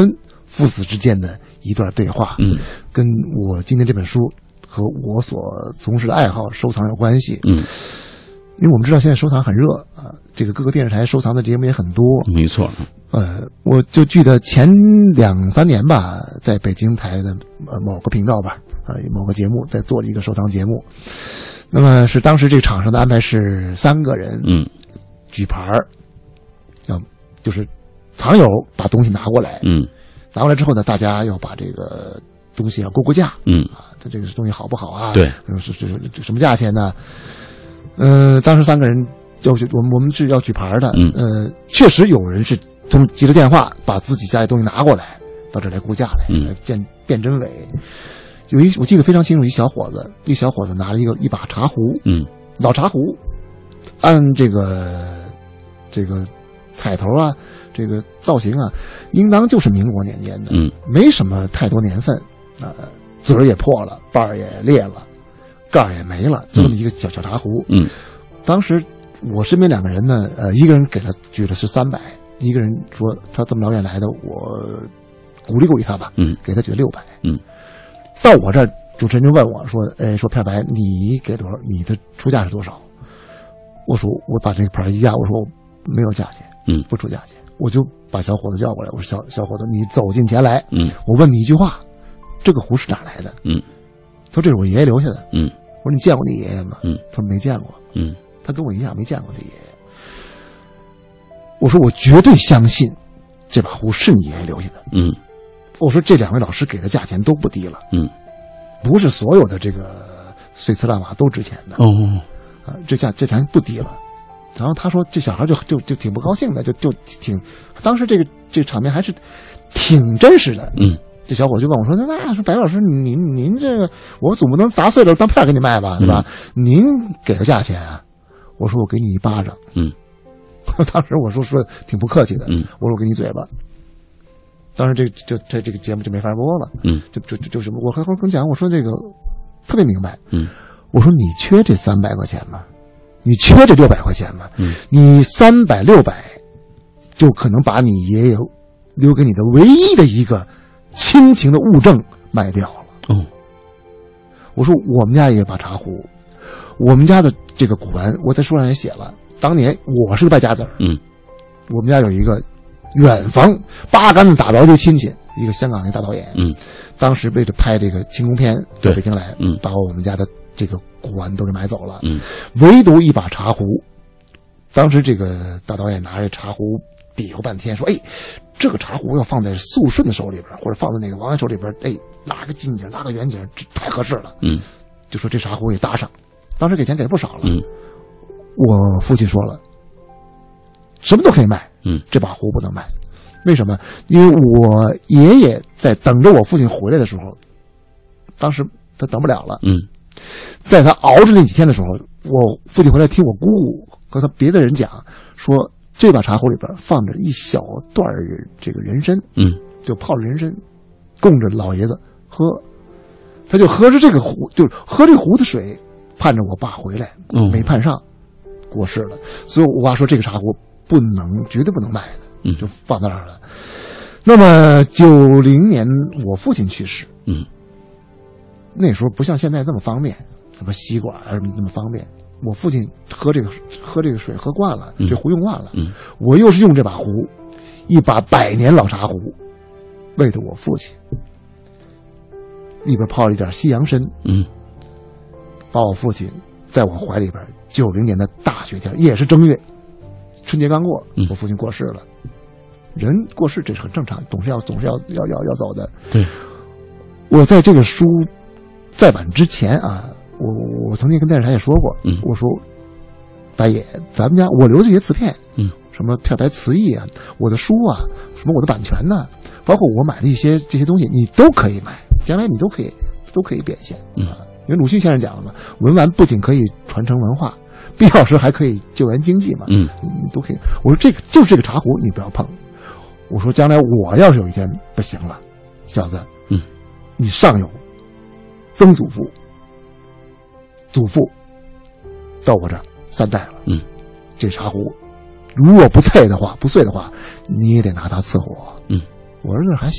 [SPEAKER 4] 父子之间的一段对话，
[SPEAKER 3] 嗯，
[SPEAKER 4] 跟我今天这本书和我所从事的爱好收藏有关系，
[SPEAKER 3] 嗯，
[SPEAKER 4] 因为我们知道现在收藏很热啊，这个各个电视台收藏的节目也很多，
[SPEAKER 3] 没错，
[SPEAKER 4] 呃，我就记得前两三年吧，在北京台的呃某个频道吧，呃某个节目在做了一个收藏节目，那么是当时这个场上的安排是三个人，
[SPEAKER 3] 嗯，举
[SPEAKER 4] 牌儿，要就是藏友把东西拿过来，
[SPEAKER 3] 嗯。
[SPEAKER 4] 拿过来之后呢，大家要把这个东西要估估价，
[SPEAKER 3] 嗯
[SPEAKER 4] 啊，它这个东西好不好啊？
[SPEAKER 3] 对，
[SPEAKER 4] 是是是什么价钱呢？呃，当时三个人要去，我们我们是要举牌的，
[SPEAKER 3] 嗯，
[SPEAKER 4] 呃，确实有人是通接了电话，把自己家里东西拿过来，到这来估价来，
[SPEAKER 3] 嗯，
[SPEAKER 4] 来鉴辨真伪。有一我记得非常清楚，一小伙子，一小伙子拿了一个一把茶壶，
[SPEAKER 3] 嗯，
[SPEAKER 4] 老茶壶，按这个这个彩头啊。这个造型啊，应当就是民国年间的，
[SPEAKER 3] 嗯，
[SPEAKER 4] 没什么太多年份，啊、呃，嘴儿也破了，把儿也裂了，盖儿也没了，就这么一个小小茶壶。
[SPEAKER 3] 嗯，
[SPEAKER 4] 当时我身边两个人呢，呃，一个人给了举的是三百，一个人说他这么老远来的，我鼓励鼓励他吧，
[SPEAKER 3] 嗯，
[SPEAKER 4] 给他举了六百。
[SPEAKER 3] 嗯，
[SPEAKER 4] 到我这儿，主持人就问我说：“哎，说片白，你给多少？你的出价是多少？”我说：“我把这个牌一压，我说我没有价钱，
[SPEAKER 3] 嗯，
[SPEAKER 4] 不出价钱。”我就把小伙子叫过来，我说小小伙子，你走近前来，
[SPEAKER 3] 嗯，
[SPEAKER 4] 我问你一句话，这个壶是哪来的？
[SPEAKER 3] 嗯，
[SPEAKER 4] 他说这是我爷爷留下的，
[SPEAKER 3] 嗯，
[SPEAKER 4] 我说你见过你爷爷吗？
[SPEAKER 3] 嗯，
[SPEAKER 4] 他说没见过，
[SPEAKER 3] 嗯，
[SPEAKER 4] 他跟我一样没见过他爷爷。我说我绝对相信这把壶是你爷爷留下的，
[SPEAKER 3] 嗯，
[SPEAKER 4] 我说这两位老师给的价钱都不低了，
[SPEAKER 3] 嗯，
[SPEAKER 4] 不是所有的这个碎瓷烂瓦都值钱的，
[SPEAKER 3] 哦，
[SPEAKER 4] 啊，这价这钱不低了。然后他说，这小孩就就就挺不高兴的，就就挺，当时这个这个场面还是挺真实的。
[SPEAKER 3] 嗯，
[SPEAKER 4] 这小伙就问我说：“那说白老师，您您这个，我总不能砸碎了当片给你卖吧，对吧？嗯、您给个价钱啊？”我说：“我给你一巴掌。”
[SPEAKER 3] 嗯，
[SPEAKER 4] 当时我说说挺不客气的。
[SPEAKER 3] 嗯，
[SPEAKER 4] 我说：“我给你嘴巴。”当时这就这这个节目就没法播了。
[SPEAKER 3] 嗯，
[SPEAKER 4] 就就就就是我和我跟你讲，我说这个特别明白。
[SPEAKER 3] 嗯，
[SPEAKER 4] 我说你缺这三百块钱吗？你缺这六百块钱吗？
[SPEAKER 3] 嗯，
[SPEAKER 4] 你三百六百，就可能把你爷爷留给你的唯一的一个亲情的物证卖掉了。
[SPEAKER 3] 哦，
[SPEAKER 4] 我说我们家也有把茶壶，我们家的这个古玩，我在书上也写了。当年我是个败家子儿，
[SPEAKER 3] 嗯，
[SPEAKER 4] 我们家有一个远房八竿子打不着的亲戚，一个香港的大导演，
[SPEAKER 3] 嗯，
[SPEAKER 4] 当时为了拍这个清宫片到北京来，
[SPEAKER 3] 嗯，
[SPEAKER 4] 把我们家的这个古玩都给买走了，
[SPEAKER 3] 嗯，
[SPEAKER 4] 唯独一把茶壶，当时这个大导演拿着茶壶比划半天，说：“哎，这个茶壶要放在肃顺的手里边，或者放在那个王安手里边，哎，拉个近景，拉个远景，这太合适了。”
[SPEAKER 3] 嗯，
[SPEAKER 4] 就说这茶壶也搭上，当时给钱给了不少了。
[SPEAKER 3] 嗯，
[SPEAKER 4] 我父亲说了，什么都可以卖，
[SPEAKER 3] 嗯，
[SPEAKER 4] 这把壶不能卖，为什么？因为我爷爷在等着我父亲回来的时候，当时他等不了了，
[SPEAKER 3] 嗯。
[SPEAKER 4] 在他熬着那几天的时候，我父亲回来听我姑姑和他别的人讲，说这把茶壶里边放着一小段这个人参，
[SPEAKER 3] 嗯，
[SPEAKER 4] 就泡着人参，供着老爷子喝，他就喝着这个壶，就喝这壶的水，盼着我爸回来，
[SPEAKER 3] 嗯，
[SPEAKER 4] 没盼上，过世了。所以我爸说这个茶壶不能，绝对不能卖的，
[SPEAKER 3] 嗯，
[SPEAKER 4] 就放那儿了。那么九零年我父亲去世，
[SPEAKER 3] 嗯。
[SPEAKER 4] 那时候不像现在这么方便，什么吸管什么那么方便。我父亲喝这个喝这个水喝惯了，这壶用惯了。
[SPEAKER 3] 嗯，
[SPEAKER 4] 我又是用这把壶，一把百年老茶壶，为的我父亲，里边泡了一点西洋参。
[SPEAKER 3] 嗯，
[SPEAKER 4] 把我父亲在我怀里边。九零年的大雪天，也是正月，春节刚过，我父亲过世了。嗯、人过世这是很正常，总是要总是要要要要走的。
[SPEAKER 3] 对，
[SPEAKER 4] 我在这个书再版之前啊，我我曾经跟电视台也说过，
[SPEAKER 3] 嗯，
[SPEAKER 4] 我说白爷，咱们家我留这些瓷片，
[SPEAKER 3] 嗯，
[SPEAKER 4] 什么片白瓷艺啊，我的书啊，什么我的版权呢、啊，包括我买的一些这些东西，你都可以买，将来你都可以都可以变现，
[SPEAKER 3] 嗯，
[SPEAKER 4] 因为鲁迅先生讲了嘛，文玩不仅可以传承文化，必要时还可以救援经济嘛，
[SPEAKER 3] 嗯，
[SPEAKER 4] 你你都可以。我说这个就是这个茶壶，你不要碰。我说将来我要是有一天不行了，小子，
[SPEAKER 3] 嗯，
[SPEAKER 4] 你上有曾祖父、祖父到我这儿三代了，
[SPEAKER 3] 嗯，
[SPEAKER 4] 这茶壶如果不碎的话，不碎的话，你也得拿它伺候我。
[SPEAKER 3] 嗯，
[SPEAKER 4] 我儿子还小，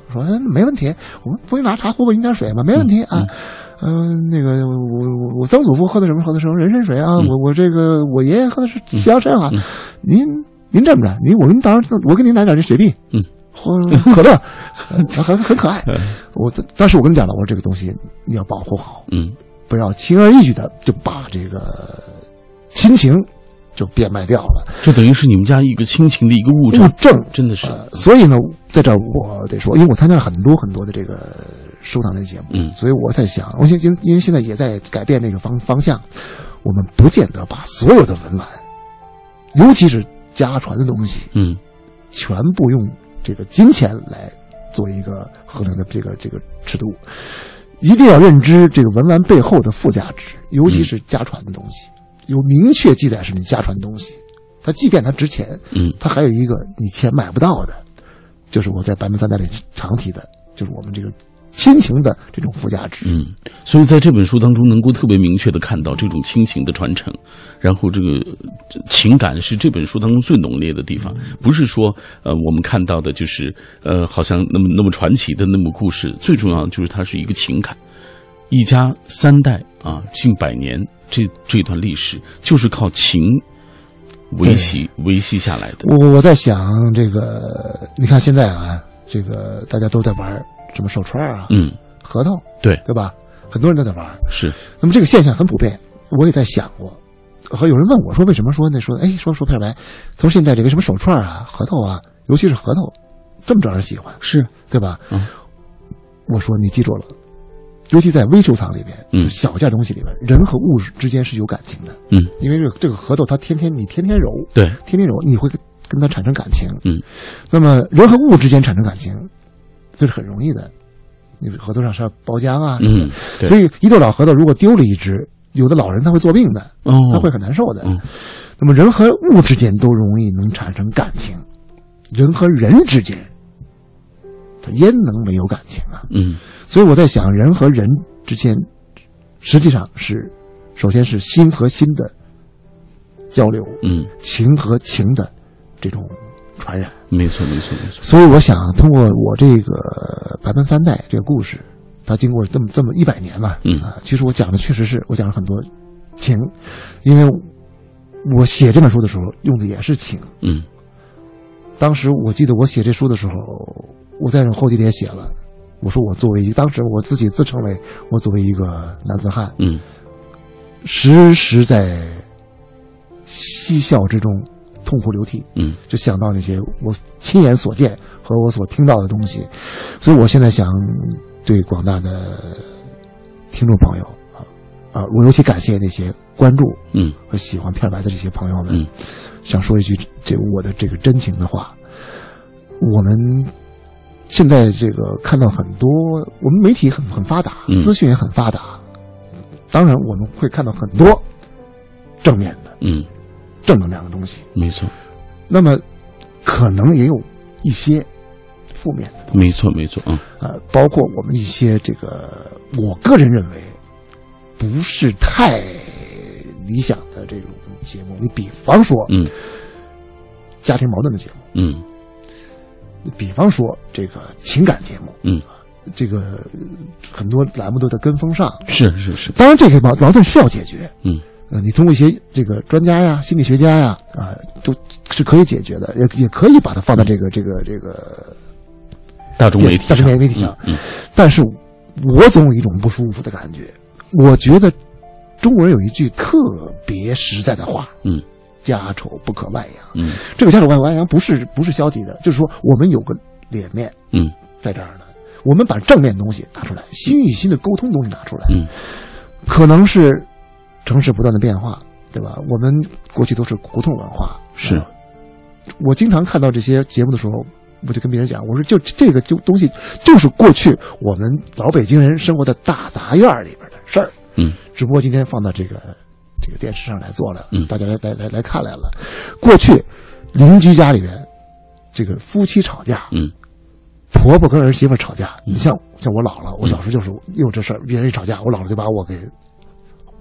[SPEAKER 4] 说哎没问题，我们不会拿茶壶，我饮点水嘛，没问题啊。嗯、呃，那个我我我曾祖父喝的什么喝的什么人参水啊，嗯、我我这个我爷爷喝的是西洋参啊。嗯、您您这么着，您我给您到时候我给您来点这雪碧，嗯，或可乐，很很可爱。我当时我跟你讲了，我说这个东西你要保护好，嗯，不要轻而易举的就把这个亲情就变卖掉了。
[SPEAKER 3] 这等于是你们家一个亲情的一个物证，
[SPEAKER 4] 物证
[SPEAKER 3] 真的是、
[SPEAKER 4] 呃。所以呢，在这儿我得说，因为我参加了很多很多的这个收藏类节目，嗯，所以我在想，我现因因为现在也在改变这个方方向，我们不见得把所有的文玩，尤其是家传的东西，嗯，全部用这个金钱来做一个衡量的这个这个尺度，一定要认知这个文玩背后的附加值，尤其是家传的东西，嗯、有明确记载是你家传的东西，它即便它值钱，嗯，它还有一个你钱买不到的，就是我在白门三代里常提的，就是我们这个亲情的这种附加值。
[SPEAKER 3] 嗯，所以在这本书当中能够特别明确的看到这种亲情的传承，然后这个情感是这本书当中最浓烈的地方，不是说呃我们看到的就是呃好像那么那么传奇的那么故事，最重要的就是它是一个情感，一家三代啊近百年，这这段历史就是靠情维系维系下来的。
[SPEAKER 4] 我我在想这个，你看现在啊，这个大家都在玩什么手串啊，嗯，核桃，
[SPEAKER 3] 对
[SPEAKER 4] 对吧？很多人都在玩。
[SPEAKER 3] 是。
[SPEAKER 4] 那么这个现象很普遍，我也在想过。和有人问我说，为什么说那说，哎，说说片白，他说现在这个什么手串啊、核桃啊，尤其是核桃，这么招人喜欢，
[SPEAKER 3] 是
[SPEAKER 4] 对吧？嗯。我说你记住了，尤其在微收藏里边，嗯，就小件东西里边，人和物之间是有感情的，嗯，因为这个这个核桃它天天你天天揉，
[SPEAKER 3] 对，
[SPEAKER 4] 天天揉，你会跟它产生感情，嗯。那么人和物之间产生感情，这是很容易的。你核桃上是要包浆啊，嗯，所以一对老核桃如果丢了一只，有的老人他会作病的，哦，他会很难受的。嗯，那么人和物之间都容易能产生感情，人和人之间，他焉能没有感情啊？嗯，所以我在想，人和人之间实际上是，首先是心和心的交流，嗯，情和情的这种传染。
[SPEAKER 3] 没错，没错，没错。
[SPEAKER 4] 所以我想通过我这个白门三代这个故事，它经过这么这么一百年嘛，嗯啊，其实我讲的确实是我讲了很多情，因为我写这本书的时候用的也是情，嗯。当时我记得我写这书的时候，我在后记里也写了，我说我作为一个当时我自己自称为我作为一个男子汉，嗯，时时在嬉笑之中痛哭流涕，嗯，就想到那些我亲眼所见和我所听到的东西，所以我现在想对广大的听众朋友啊啊，我尤其感谢那些关注嗯和喜欢片白的这些朋友们，嗯，想说一句这我的这个真情的话，我们现在这个看到很多，我们媒体很很发达，资讯也很发达，嗯，当然我们会看到很多正面的，嗯。正能量的东西，
[SPEAKER 3] 没错。
[SPEAKER 4] 那么，可能也有一些负面的东西，
[SPEAKER 3] 没错，没错。嗯，
[SPEAKER 4] 呃，包括我们一些这个，我个人认为不是太理想的这种节目。你比方说，嗯，家庭矛盾的节目，嗯，你比方说这个情感节目，嗯，这个很多栏目都在跟风上，
[SPEAKER 3] 是是是。
[SPEAKER 4] 当然，这个矛矛盾是要解决，嗯。呃，你通过一些这个专家呀、心理学家呀，啊，都是可以解决的，也也可以把它放到这个这个这个
[SPEAKER 3] 大众媒体、
[SPEAKER 4] 大众媒体上。嗯，但是我总有一种不舒服的感觉。我觉得中国人有一句特别实在的话，嗯，家丑不可外扬。嗯，这个家丑不可外扬不是不是消极的，就是说我们有个脸面，嗯，在这儿呢，我们把正面东西拿出来，心与心的沟通东西拿出来，嗯，可能是。城市不断的变化，对吧？我们过去都是胡同文化，
[SPEAKER 3] 是。
[SPEAKER 4] 呃、我经常看到这些节目的时候，我就跟别人讲，我说就这个就东西就是过去我们老北京人生活的大杂院里边的事儿，嗯，只不过今天放到这个这个电视上来做了，嗯，大家来来来来看来了。过去邻居家里边，这个夫妻吵架，嗯，婆婆跟儿媳妇吵架，嗯、你像像我姥姥，我小时候就是有这事儿，别人一吵架，我姥姥就把我给。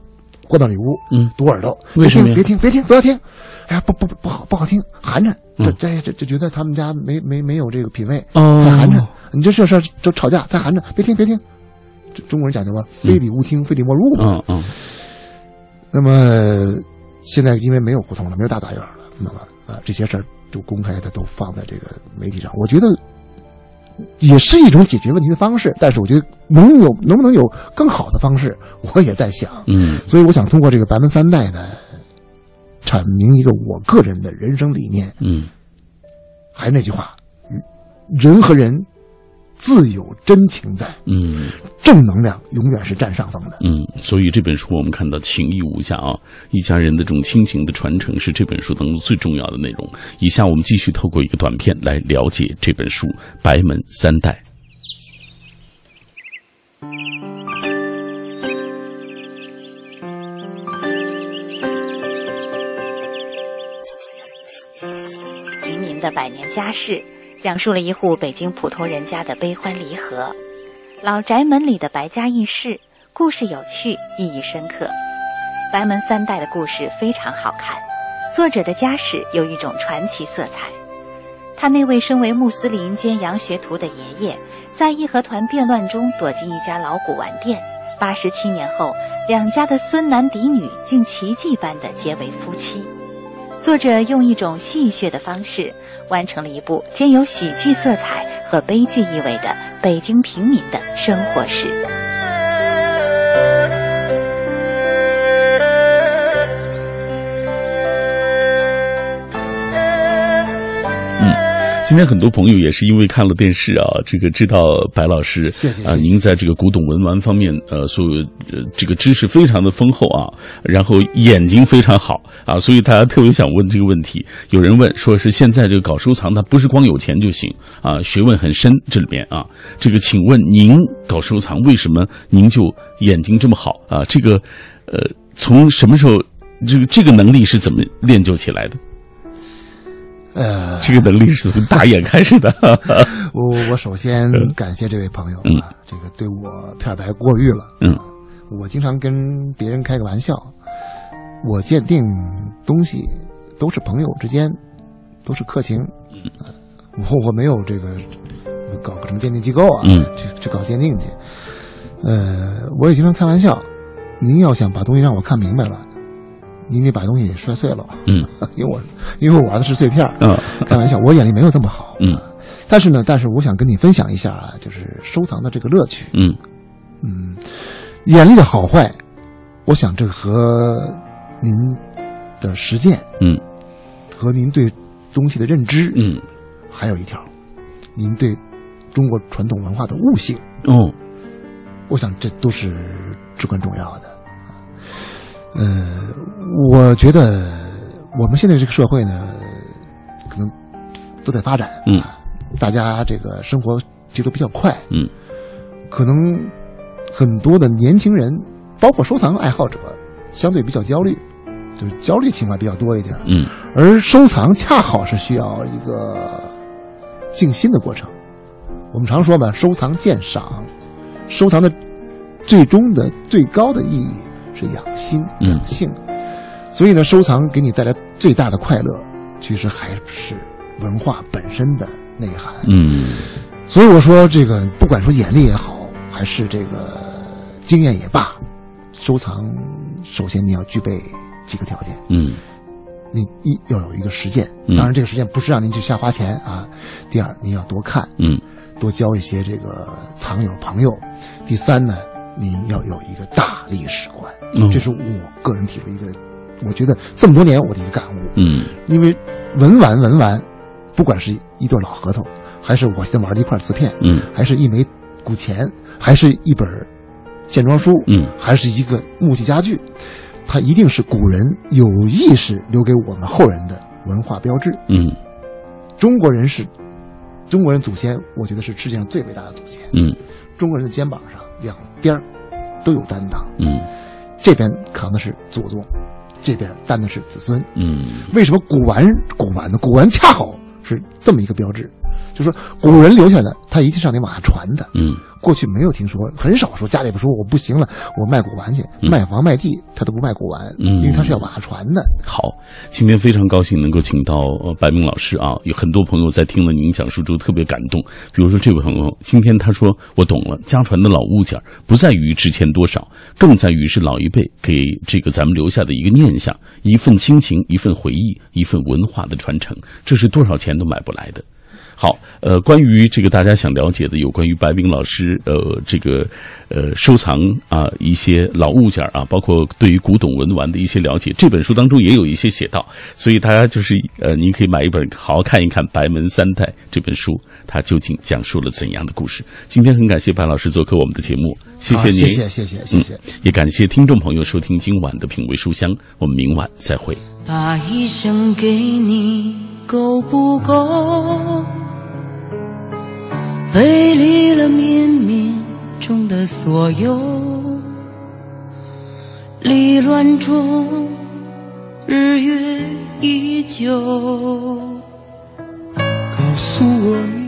[SPEAKER 4] 关到里屋，
[SPEAKER 3] 嗯，
[SPEAKER 4] 堵耳朵，
[SPEAKER 3] 为什么呀？
[SPEAKER 4] 别听，别听，别听，不要听。哎呀，不不不好，不好听，寒碜。这
[SPEAKER 3] 嗯
[SPEAKER 4] 这这就觉得他们家没没没有这个品味，
[SPEAKER 3] 哦
[SPEAKER 4] 太寒碜。你这这事儿就吵架，太寒碜，别听别听。这中国人讲究嘛，非礼勿听，非礼莫入嘛。
[SPEAKER 3] 嗯嗯。
[SPEAKER 4] 那么现在因为没有胡同了，没有大杂院了，那么啊、呃、这些事儿就公开的都放在这个媒体上，我觉得也是一种解决问题的方式。但是我觉得能有能不能有更好的方式，我也在想。
[SPEAKER 3] 嗯，
[SPEAKER 4] 所以我想通过这个白门三代呢，阐明一个我个人的人生理念。
[SPEAKER 3] 嗯，
[SPEAKER 4] 还是那句话，人和人自有真情在。
[SPEAKER 3] 嗯，
[SPEAKER 4] 正能量永远是占上风的。
[SPEAKER 3] 嗯，所以这本书我们看到情义无价啊，一家人的这种亲情的传承是这本书当中最重要的内容。以下我们继续透过一个短片来了解这本书《白门三代》。
[SPEAKER 2] 平民的百年家世，讲述了一户北京普通人家的悲欢离合。老宅门里的白家轶事，故事有趣，意义深刻。白门三代的故事非常好看，作者的家世有一种传奇色彩。他那位身为穆斯林兼洋学徒的爷爷，在义和团变乱中躲进一家老古玩店，八十七年后，两家的孙男嫡女竟奇迹般地结为夫妻。作者用一种戏谑的方式，完成了一部兼有喜剧色彩和悲剧意味的北京平民的生活史。
[SPEAKER 3] 今天很多朋友也是因为看了电视啊，这个知道白老师，
[SPEAKER 4] 谢谢
[SPEAKER 3] 啊，您在这个古董文玩方面，呃，所有呃这个知识非常的丰厚啊，然后眼睛非常好啊，所以大家特别想问这个问题。有人问说是现在这个搞收藏，它不是光有钱就行啊，学问很深这里边啊。这个请问您搞收藏，为什么您就眼睛这么好啊？这个呃，从什么时候这个这个能力是怎么练就起来的？
[SPEAKER 4] 呃，
[SPEAKER 3] 这个能力是从打眼开始的。
[SPEAKER 4] 我我首先感谢这位朋友啊，
[SPEAKER 3] 嗯、
[SPEAKER 4] 这个对我片白过誉了。
[SPEAKER 3] 嗯，我
[SPEAKER 4] 经常跟别人开个玩笑，我鉴定东西都是朋友之间，都是客情。
[SPEAKER 3] 嗯，
[SPEAKER 4] 我我没有这个搞个什么鉴定机构啊，
[SPEAKER 3] 嗯，
[SPEAKER 4] 去去搞鉴定去。呃，我也经常开玩笑，您要想把东西让我看明白了，您得把东西给摔碎了。
[SPEAKER 3] 嗯，
[SPEAKER 4] 因为我因为我玩的是碎片。
[SPEAKER 3] 嗯，
[SPEAKER 4] 开玩笑，我眼力没有这么好。
[SPEAKER 3] 嗯，
[SPEAKER 4] 但是呢，但是我想跟你分享一下啊，就是收藏的这个乐趣。
[SPEAKER 3] 嗯
[SPEAKER 4] 嗯，眼力的好坏，我想这和您的实践，
[SPEAKER 3] 嗯，
[SPEAKER 4] 和您对东西的认知，
[SPEAKER 3] 嗯，
[SPEAKER 4] 还有一条，您对中国传统文化的悟性。
[SPEAKER 3] 哦，
[SPEAKER 4] 我想这都是至关重要的。呃，我觉得我们现在这个社会呢，可能都在发展，
[SPEAKER 3] 嗯，
[SPEAKER 4] 大家这个生活节奏比较快，
[SPEAKER 3] 嗯，
[SPEAKER 4] 可能很多的年轻人，包括收藏爱好者，相对比较焦虑，就是焦虑情况比较多一点，
[SPEAKER 3] 嗯，
[SPEAKER 4] 而收藏恰好是需要一个静心的过程。我们常说嘛，收藏鉴赏，收藏的最终的最高的意义是养心养性，嗯，所以呢，收藏给你带来最大的快乐，其实还是文化本身的内涵。
[SPEAKER 3] 嗯，
[SPEAKER 4] 所以我说这个，不管说眼力也好，还是这个经验也罢，收藏首先你要具备几个条件。
[SPEAKER 3] 嗯，
[SPEAKER 4] 你一要有一个实践，
[SPEAKER 3] 嗯，
[SPEAKER 4] 当然这个实践不是让您去瞎花钱啊。第二，你要多看，
[SPEAKER 3] 嗯，
[SPEAKER 4] 多交一些这个藏友朋友。第三呢，你要有一个大历史观。
[SPEAKER 3] 嗯，
[SPEAKER 4] 这是我个人提出一个，我觉得这么多年我的一个感悟。
[SPEAKER 3] 嗯，
[SPEAKER 4] 因为文玩文玩，不管是一对老核桃，还是我现在玩的一块瓷片，
[SPEAKER 3] 嗯，
[SPEAKER 4] 还是一枚古钱，还是一本线装书，
[SPEAKER 3] 嗯，
[SPEAKER 4] 还是一个木器家具，它一定是古人有意识留给我们后人的文化标志。
[SPEAKER 3] 嗯，
[SPEAKER 4] 中国人是中国人祖先，我觉得是世界上最伟大的祖先。
[SPEAKER 3] 嗯，中
[SPEAKER 4] 国人的肩膀上两边都有担当。
[SPEAKER 3] 嗯，
[SPEAKER 4] 这边扛的是祖宗，这边担的是子孙。
[SPEAKER 3] 嗯，
[SPEAKER 4] 为什么古玩古玩呢？古玩恰好是这么一个标志。 就是说古人留下的，他一定是让你往下传的。
[SPEAKER 3] 嗯，
[SPEAKER 4] 过去没有听说，很少说家里不说我不行了，我卖古玩去，
[SPEAKER 3] 嗯、
[SPEAKER 4] 卖房卖地，他都不卖古玩，
[SPEAKER 3] 嗯，
[SPEAKER 4] 因为他是要往下传的。
[SPEAKER 3] 好，今天非常高兴能够请到呃白明老师啊，有很多朋友在听了您讲述之后特别感动。比如说这位朋友，今天他说我懂了，家传的老物件不在于值钱多少，更在于是老一辈给这个咱们留下的一个念想，一份亲情，一份回忆，一份文化的传承，这是多少钱都买不来的。好，呃，关于这个大家想了解的有关于白冰老师呃这个呃收藏啊一些老物件啊，包括对于古董文玩的一些了解，这本书当中也有一些写到，所以大家就是呃您可以买一本好好看一看《白门三代》这本书，它究竟讲述了怎样的故事。今天很感谢白老师做客我们的节目，谢谢您，
[SPEAKER 4] 谢谢谢谢谢谢、
[SPEAKER 3] 嗯，也感谢听众朋友收听今晚的品味书香，我们明晚再会。
[SPEAKER 5] 把一生给你够不够？背离了冥冥中的所有，离乱中日月依旧。
[SPEAKER 4] 告诉我你